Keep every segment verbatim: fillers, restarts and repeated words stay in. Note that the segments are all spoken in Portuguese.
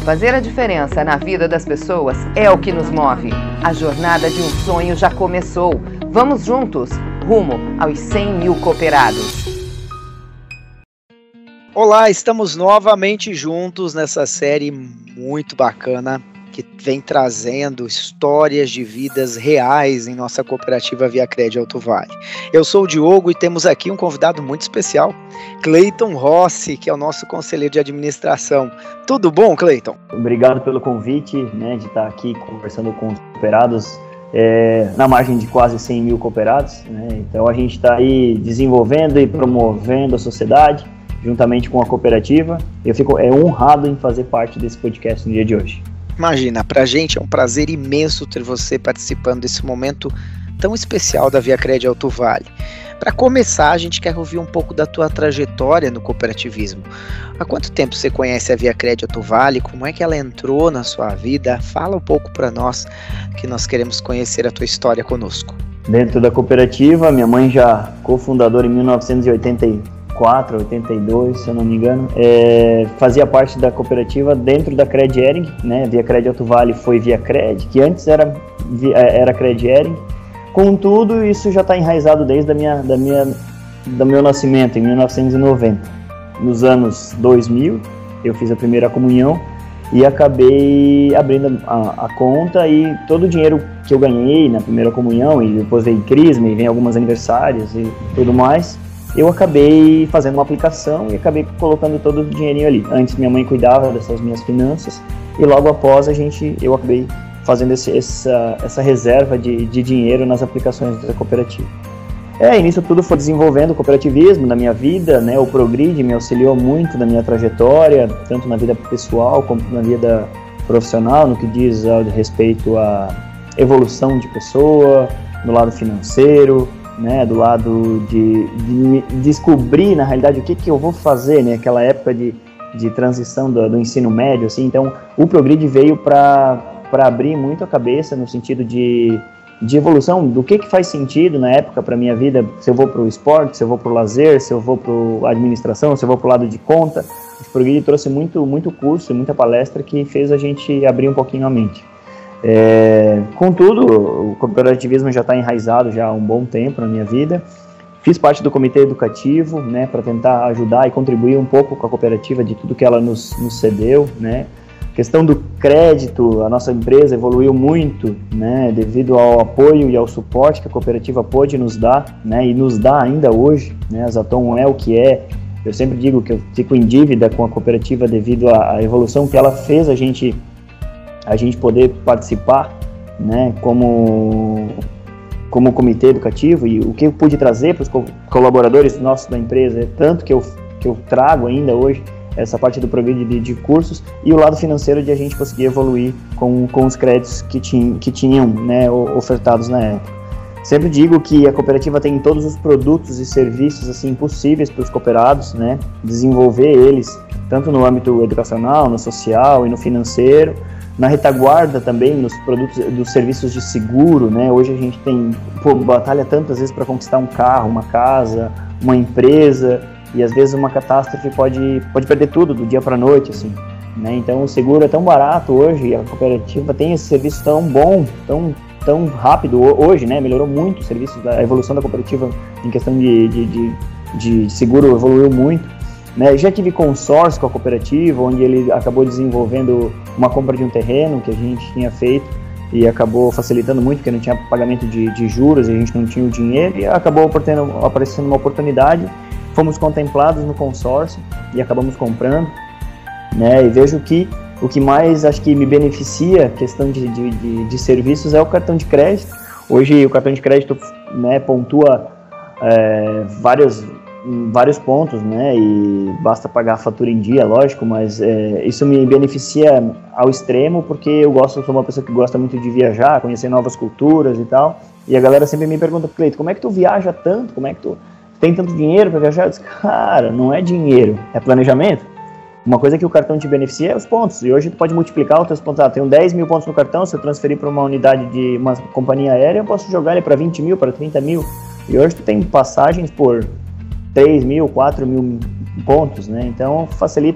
Fazer a diferença na vida das pessoas é o que nos move. A jornada de um sonho já começou. Vamos juntos, rumo aos cem mil cooperados. Olá, estamos novamente juntos nessa série muito bacana que vem trazendo histórias de vidas reais em nossa cooperativa ViaCred Alto Vale. Eu sou o Diogo e temos aqui um convidado muito especial, Cleiton Rossi, que é o nosso conselheiro de administração. Tudo bom, Cleiton? Obrigado pelo convite, né, de estar aqui conversando com os cooperados é, na margem de quase cem mil cooperados. Né? Então a gente está aí desenvolvendo e promovendo a sociedade juntamente com a cooperativa. Eu fico é, honrado em fazer parte desse podcast no dia de hoje. Imagina, pra gente é um prazer imenso ter você participando desse momento tão especial da ViaCred Alto Vale. Para começar, a gente quer ouvir um pouco da tua trajetória no cooperativismo. Há quanto tempo você conhece a ViaCred Alto Vale? Como é que ela entrou na sua vida? Fala um pouco para nós, que nós queremos conhecer a tua história conosco. Dentro da cooperativa, minha mãe já cofundadora em mil novecentos e oitenta e quatro, oitenta e dois, se eu não me engano, é, fazia parte da cooperativa dentro da Cred Hering, né? ViaCred Alto Vale foi ViaCred, que antes era, era Cred Hering. Contudo, isso já está enraizado desde a minha, da minha, do meu nascimento, em mil novecentos e noventa. Nos anos dois mil, eu fiz a primeira comunhão e acabei abrindo a, a conta, e todo o dinheiro que eu ganhei na primeira comunhão, e depois veio Crisma, e vem algumas aniversários e tudo mais, eu acabei fazendo uma aplicação e acabei colocando todo o dinheirinho ali. Antes minha mãe cuidava dessas minhas finanças e logo após a gente, eu acabei fazendo esse, essa, essa reserva de, de dinheiro nas aplicações da cooperativa. É, e nisso tudo foi desenvolvendo o cooperativismo na minha vida, né? O Progrid me auxiliou muito na minha trajetória, tanto na vida pessoal como na vida profissional, no que diz ao respeito à evolução de pessoa, no lado financeiro, né, do lado de, de descobrir, na realidade, o que, que eu vou fazer, né, aquela época de, de transição do, do ensino médio, assim. Então o Progrid veio para abrir muito a cabeça no sentido de, de evolução, do que, que faz sentido na época para a minha vida, se eu vou para o esporte, se eu vou para o lazer, se eu vou para a administração, se eu vou para o lado de conta. O Progrid trouxe muito, muito curso, muita palestra que fez a gente abrir um pouquinho a mente. É, contudo, o cooperativismo já está enraizado já há um bom tempo na minha vida. Fiz parte do comitê educativo, né, para tentar ajudar e contribuir um pouco com a cooperativa de tudo que ela nos, nos cedeu, né. Questão do crédito, a nossa empresa evoluiu muito, né, devido ao apoio e ao suporte que a cooperativa pôde nos dar, né, e nos dá ainda hoje, né. A Zaton é o que é. Eu sempre digo que eu fico em dívida com a cooperativa devido à, à evolução que ela fez a gente a gente poder participar, né, como, como comitê educativo, e o que eu pude trazer para os co- colaboradores nossos da empresa, é tanto que eu, que eu trago ainda hoje essa parte do programa de, de cursos, e o lado financeiro de a gente conseguir evoluir com, com os créditos que, tinha, que tinham, né, ofertados na época. Sempre digo que a cooperativa tem todos os produtos e serviços assim, possíveis para os cooperados, né, desenvolver eles, tanto no âmbito educacional, no social e no financeiro. Na retaguarda também, nos produtos, dos serviços de seguro, né? Hoje a gente tem, pô, batalha tantas vezes para conquistar um carro, uma casa, uma empresa, e às vezes uma catástrofe pode, pode perder tudo do dia para a noite, assim, né? Então o seguro é tão barato hoje, e a cooperativa tem esse serviço tão bom, tão, tão rápido hoje, né? Melhorou muito o serviço, a evolução da cooperativa em questão de, de, de, de seguro evoluiu muito. Né, já tive consórcio com a cooperativa, onde ele acabou desenvolvendo uma compra de um terreno que a gente tinha feito e acabou facilitando muito, porque não tinha pagamento de, de juros e a gente não tinha o dinheiro, e acabou aparecendo uma oportunidade, fomos contemplados no consórcio e acabamos comprando, né, e vejo que o que mais acho que me beneficia, questão de, de, de, de serviços, é o cartão de crédito. Hoje o cartão de crédito, né, pontua é, várias... em vários pontos, né, e basta pagar a fatura em dia, lógico, mas é, isso me beneficia ao extremo, porque eu gosto, sou uma pessoa que gosta muito de viajar, conhecer novas culturas e tal, e a galera sempre me pergunta, Cleiton, como é que tu viaja tanto, como é que tu tem tanto dinheiro para viajar? Eu disse, cara, não é dinheiro, é planejamento. Uma coisa que o cartão te beneficia é os pontos, e hoje tu pode multiplicar os teus pontos. Ah, tenho dez mil pontos no cartão, se eu transferir para uma unidade de uma companhia aérea, eu posso jogar ele para vinte mil, para trinta mil, e hoje tu tem passagens por três mil, quatro mil pontos, né? Então facilita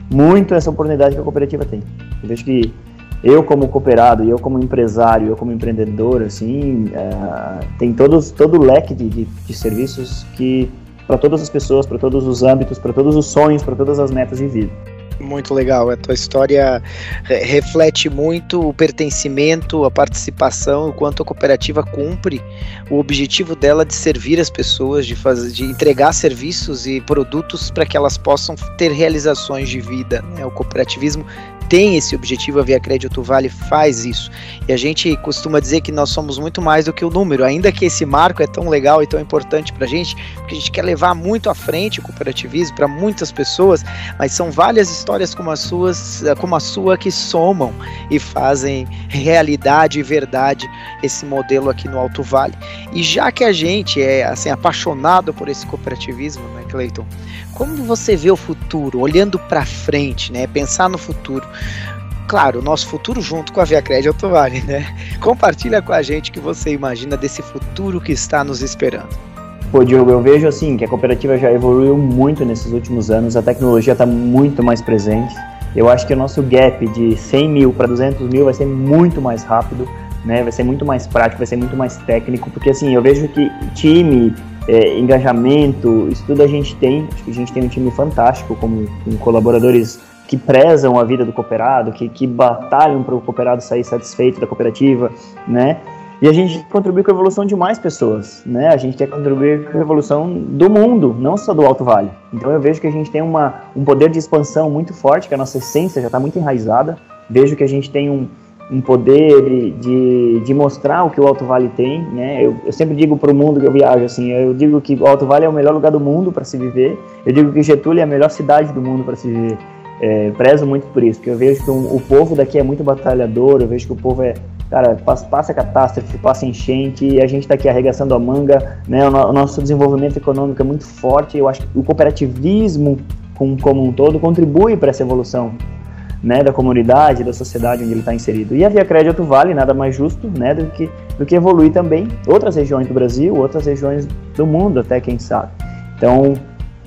muito essa oportunidade que a cooperativa tem. Eu vejo que eu como cooperado, eu como empresário, eu como empreendedor, assim, uh, tem todos, todo o leque de, de, de serviços que para todas as pessoas, para todos os âmbitos, para todos os sonhos, para todas as metas de vida. Muito legal, a tua história reflete muito o pertencimento, a participação, o quanto a cooperativa cumpre o objetivo dela de servir as pessoas, de, fazer, de entregar serviços e produtos para que elas possam ter realizações de vida, né? O cooperativismo tem esse objetivo, a ViaCred Otuvale faz isso, e a gente costuma dizer que nós somos muito mais do que o número, ainda que esse marco é tão legal e tão importante pra gente, porque a gente quer levar muito à frente o cooperativismo para muitas pessoas, mas são várias histórias como as suas, como a sua, que somam e fazem realidade e verdade esse modelo aqui no Alto Vale. E já que a gente é assim apaixonado por esse cooperativismo, né, Cleiton, como você vê o futuro, olhando para frente, né, pensar no futuro? Claro, o nosso futuro junto com a ViaCred Otuvale, né? Compartilha com a gente o que você imagina desse futuro que está nos esperando. Pô, Diogo, eu vejo assim que a cooperativa já evoluiu muito nesses últimos anos, a tecnologia está muito mais presente. Eu acho que o nosso gap de cem mil para duzentos mil vai ser muito mais rápido, né? Vai ser muito mais prático, vai ser muito mais técnico, porque assim, eu vejo que time, é, engajamento, isso tudo a gente tem. Acho que a gente tem um time fantástico, como com colaboradores que prezam a vida do cooperado, que, que batalham para o cooperado sair satisfeito da cooperativa, né? E a gente quer contribuir com a evolução de mais pessoas, né? A gente quer contribuir com a evolução do mundo, não só do Alto Vale. Então eu vejo que a gente tem uma, um poder de expansão muito forte, que a nossa essência já está muito enraizada. Vejo que a gente tem um, um poder de, de mostrar o que o Alto Vale tem, né? Eu, eu sempre digo para o mundo que eu viajo, assim, eu digo que o Alto Vale é o melhor lugar do mundo para se viver, eu digo que Getúlio é a melhor cidade do mundo para se viver. É, prezo muito por isso, porque eu vejo que um, o povo daqui é muito batalhador, eu vejo que o povo é, cara, passa, passa catástrofe, passa enchente, e a gente está aqui arregaçando a manga, né? O, no, o nosso desenvolvimento econômico é muito forte, eu acho que o cooperativismo com, como um todo contribui para essa evolução, né, da comunidade, da sociedade onde ele está inserido. E a ViaCred Otuvale nada mais justo, né, do que, do que evoluir também outras regiões do Brasil, outras regiões do mundo até, quem sabe. Então,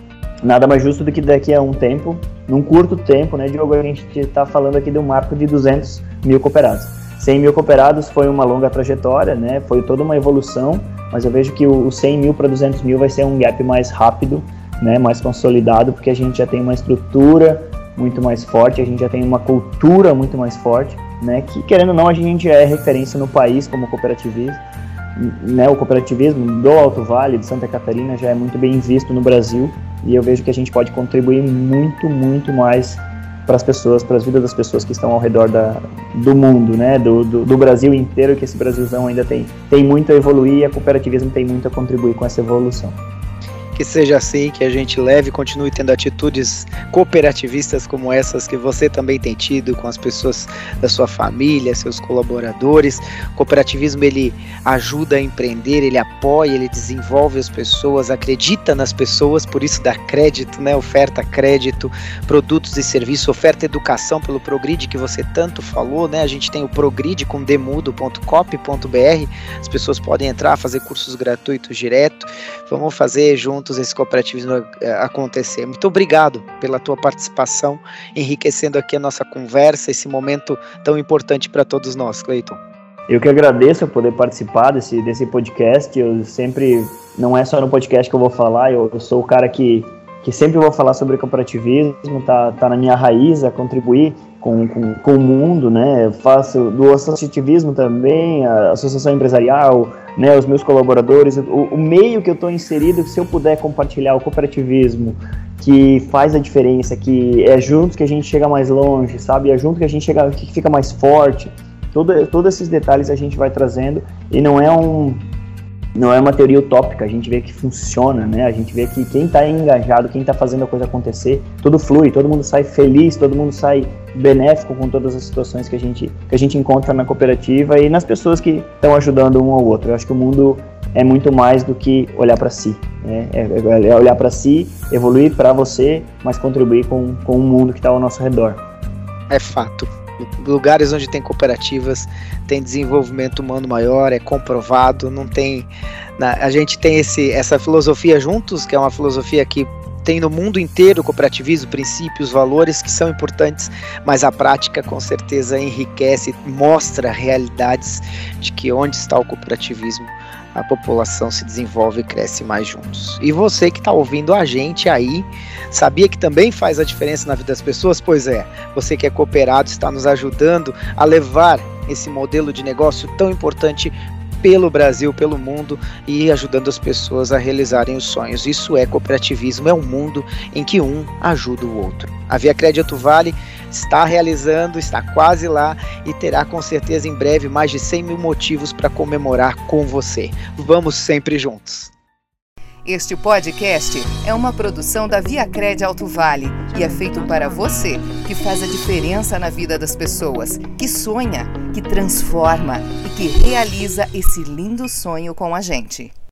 nada mais justo do que daqui a um tempo, num curto tempo, né, Diogo, a gente está falando aqui de um marco de duzentos mil cooperados. cem mil cooperados foi uma longa trajetória, né, foi toda uma evolução, mas eu vejo que o cem mil para duzentos mil vai ser um gap mais rápido, né, mais consolidado, porque a gente já tem uma estrutura muito mais forte, a gente já tem uma cultura muito mais forte, né, que querendo ou não a gente já é referência no país como cooperativismo, né, o cooperativismo do Alto Vale, de Santa Catarina, já é muito bem visto no Brasil, e eu vejo que a gente pode contribuir muito, muito mais para as pessoas, para as vidas das pessoas que estão ao redor da, do mundo, né, do, do, do Brasil inteiro, que esse Brasilzão ainda tem, tem muito a evoluir, e a cooperativismo tem muito a contribuir com essa evolução. Que seja assim, que a gente leve e continue tendo atitudes cooperativistas como essas que você também tem tido com as pessoas da sua família, seus colaboradores. O cooperativismo, ele ajuda a empreender, ele apoia, ele desenvolve as pessoas, acredita nas pessoas, por isso dá crédito, né? Oferta crédito, produtos e serviços, oferta educação pelo Progrid, que você tanto falou, né? A gente tem o Progrid com demudo ponto cop ponto br, as pessoas podem entrar, fazer cursos gratuitos direto. Vamos fazer juntos esse cooperativismo acontecer. Muito obrigado pela tua participação, enriquecendo aqui a nossa conversa, esse momento tão importante para todos nós, Cleiton. Eu que agradeço por poder participar desse, desse podcast. Eu sempre, não é só no podcast que eu vou falar, eu, eu sou o cara que, que sempre vou falar sobre cooperativismo, tá, tá na minha raiz a contribuir com, com, com o mundo, né? Eu faço do associativismo também, a associação empresarial, né, os meus colaboradores, o, o meio que eu estou inserido, que se eu puder compartilhar o cooperativismo, que faz a diferença, que é junto que a gente chega mais longe, sabe? É junto que a gente chega, que fica mais forte. Todo, todos esses detalhes a gente vai trazendo, e não é um não é uma teoria utópica, a gente vê que funciona, né? A gente vê que quem está engajado, quem está fazendo a coisa acontecer, tudo flui, todo mundo sai feliz, todo mundo sai benéfico com todas as situações que a gente, que a gente encontra na cooperativa e nas pessoas que estão ajudando um ao outro. Eu acho que o mundo é muito mais do que olhar para si, né? É, é olhar para si, evoluir para você, mas contribuir com, com o mundo que está ao nosso redor. É fato. Lugares onde tem cooperativas tem desenvolvimento humano maior, é comprovado, não tem, a gente tem esse, essa filosofia juntos, que é uma filosofia que tem no mundo inteiro o cooperativismo, princípios, valores que são importantes, mas a prática com certeza enriquece, mostra realidades de que onde está o cooperativismo, a população se desenvolve e cresce mais juntos. E você que está ouvindo a gente aí, sabia que também faz a diferença na vida das pessoas? Pois é, você que é cooperado está nos ajudando a levar esse modelo de negócio tão importante pelo Brasil, pelo mundo, e ajudando as pessoas a realizarem os sonhos. Isso é cooperativismo, é um mundo em que um ajuda o outro. A ViaCred Alto Vale está realizando, está quase lá e terá com certeza em breve mais de cem mil motivos para comemorar com você. Vamos sempre juntos! Este podcast é uma produção da ViaCred Alto Vale e é feito para você, que faz a diferença na vida das pessoas, que sonha, que transforma e que realiza esse lindo sonho com a gente.